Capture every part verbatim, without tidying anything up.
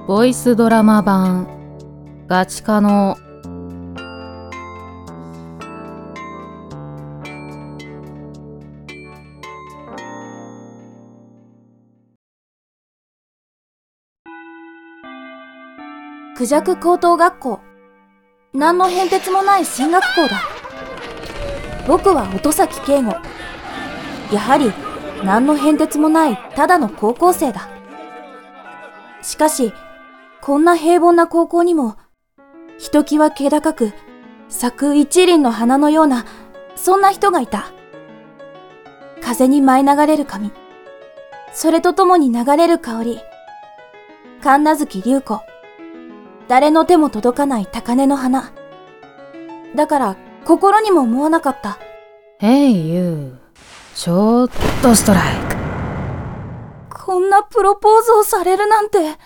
ボイスドラマ版ガチ化のクジャク高等学校。何の変哲もない進学校だ。僕は音崎圭吾。やはり何の変哲もないただの高校生だ。しかしこんな平凡な高校にもひときわ気高く咲く一輪の花のようなそんな人がいた。風に舞い流れる髪、それとともに流れる香り、神無月龍子。誰の手も届かない高嶺の花。だから心にも思わなかった。 Hey you、 ちょっとストライク。 こんなプロポーズをされるなんて。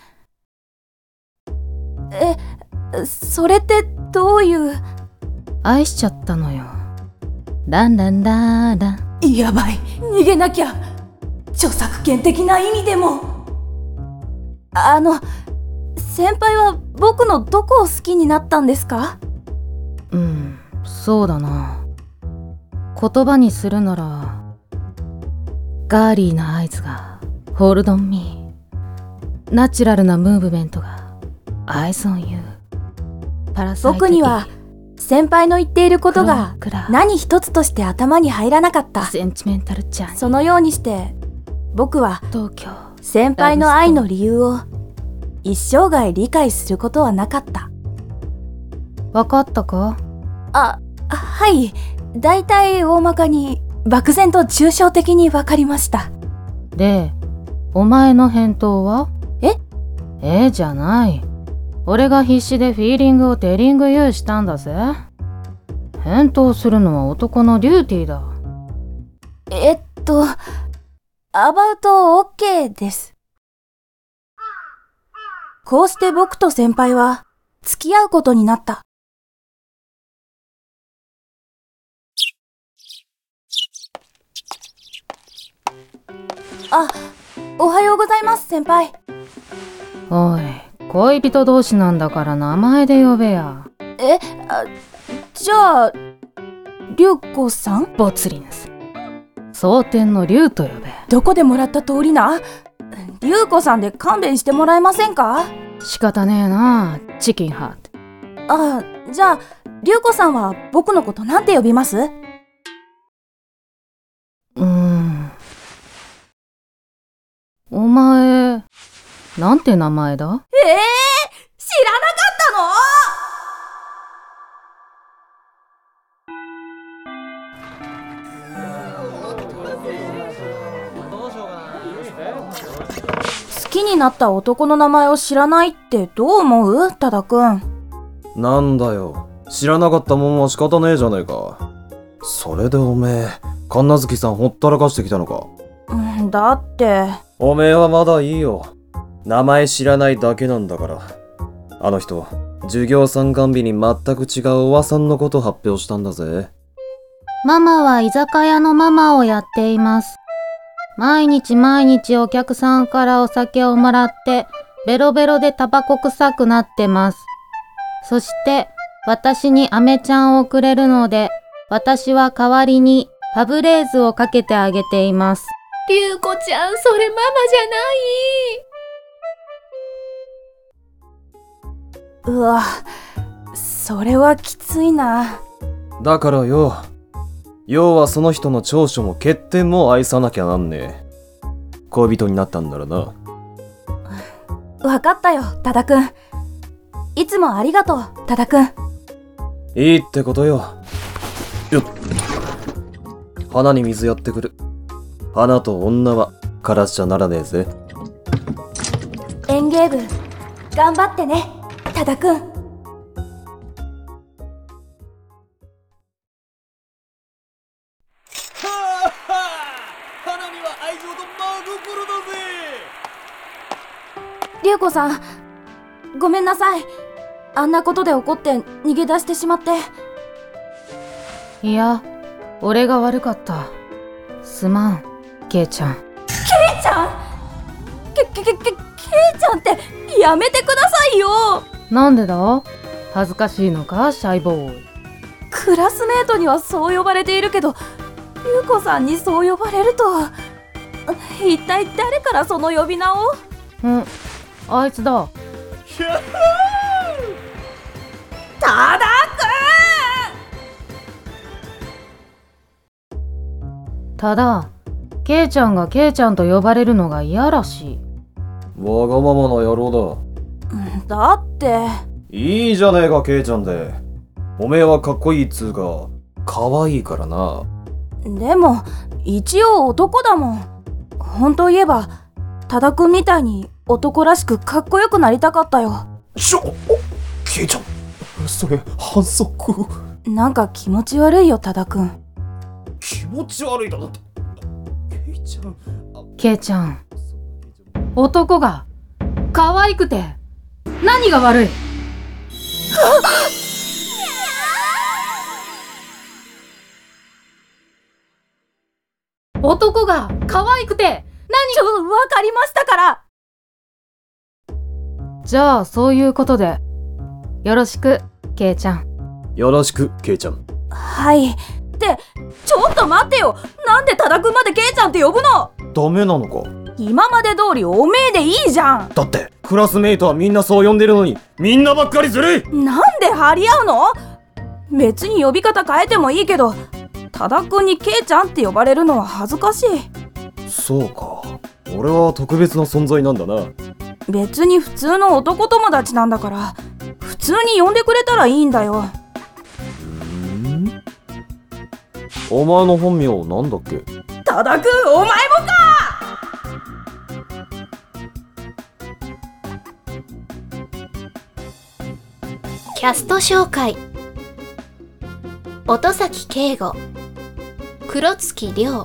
え、それってどういう。 愛しちゃったのよ。ランランラーラン。 やばい、逃げなきゃ。著作権的な意味でも。あの先輩は僕のどこを好きになったんですか？ うん、そうだな。言葉にするならガーリーな合図がホールドンミー、ナチュラルなムーブメントがアイズオンユー。パラサイト。 僕には先輩の言っていることが何一つとして頭に入らなかった。 センチメンタルジャーニー。 そのようにして僕は東京先輩の愛の理由を一生涯理解することはなかった。 わかったか？ あ、はい。だいたい大まかに漠然と抽象的にわかりました。 で、お前の返答は？ え？ えじゃない。俺が必死でフィーリングをテリングユーしたんだぜ。返答するのは男のデューティーだ。 えっと、アバウトオッケーです。こうして僕と先輩は付き合うことになった。あ、おはようございます先輩。 おい、恋人同士なんだから名前で呼べや。 え、あ、じゃあ龍子さん？ ボツリヌス。蒼天の龍と呼べ。 どこでもらった通りな。龍子さんで勘弁してもらえませんか？ 仕方ねえな、チキンハート。 あ、じゃあ龍子さんは僕のことなんて呼びます？ うーん。お前、なんて名前だ？ えー、知らなかったの？好きになった男の名前を知らないってどう思う？多田くん。 なんだよ、知らなかったもんは仕方ねえじゃねえか。それでおめえ神無月さんほったらかしてきたのか？ うん、だっておめえはまだいいよ。名前知らないだけなんだから。あの人授業参観日に全く違うおばさんのこと発表したんだぜ。 ママは居酒屋のママをやっています。毎日毎日お客さんからお酒をもらってベロベロでタバコ臭くなってます。そして私にアメちゃんをくれるので、私は代わりにファブレーズをかけてあげています。 龍子ちゃん、それママじゃない。 うわ、それはきついな。 だからよ、要はその人の長所も欠点も愛さなきゃなんねえ。恋人になったんならな。 わかったよ、多田くん。いつもありがとう、多田くん。 いいってことよ。よっ。花に水やってくる。花と女はからしちゃならねえぜ。 園芸部頑張ってね、多田くん。龍子さん、ごめんなさい。あんなことで怒って逃げ出してしまって。 いや、俺が悪かった。すまん、ケイちゃん。 ケイちゃん？け、け、け、け、ケイちゃんってやめてくださいよ。 なんでだ？恥ずかしいのか、シャイボーイ。 クラスメートにはそう呼ばれているけど、優子さんにそう呼ばれるとは。一体誰からその呼び名を？ うん、あいつだ。 ただただ、ケイちゃんがケイちゃんと呼ばれるのが嫌らしい。 わがままな野郎くん。だってだ。いいじゃねえか、ケイちゃんで。おめえはかっこいいっつうか、可愛いからな。 でも一応男だもん。本当言えば多田くんみたいに男らしくかっこよくなりたかったよ。 ちょ、ケイちゃん、それ反則。 なんか気持ち悪いよ、多田くん。 気持ち悪いだなんて。ケイちゃん、 ケイちゃん、男が可愛くて何が悪い？男が可愛くてちょ、わかりましたから。 じゃあそういうことでよろしく、ケイちゃん。 よろしく、ケイちゃん。 はい。ってちょっと待ってよ。なんで多田くんまでケイちゃんって呼ぶの？ ダメなのか？ 今まで通りおめえでいいじゃん。 だってクラスメイトはみんなそう呼んでるのに、みんなばっかりずるい。 なんで張り合うの？別に呼び方変えてもいいけど、多田くんにケイちゃんって呼ばれるのは恥ずかしい。 そうか、俺は特別な存在なんだな。 別に普通の男友達なんだから、普通に呼んでくれたらいいんだよ。 ん？お前の本名なんだっけ？ 多田くん、お前もか！ キャスト紹介。音崎圭吾、黒月亮、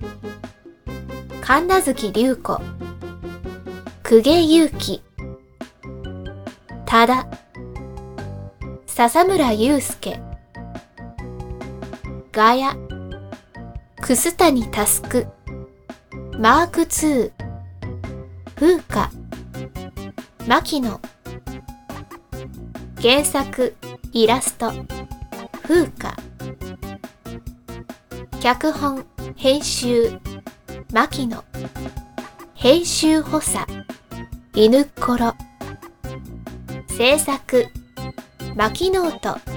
神奈月龍子、公家勇気、多田、笹村雄介、ガヤ、楠谷佑、マークツー、風花、牧野。原作、イラスト、風花。脚本、編集、牧野。編集補佐、犬ころ。制作、牧ノート。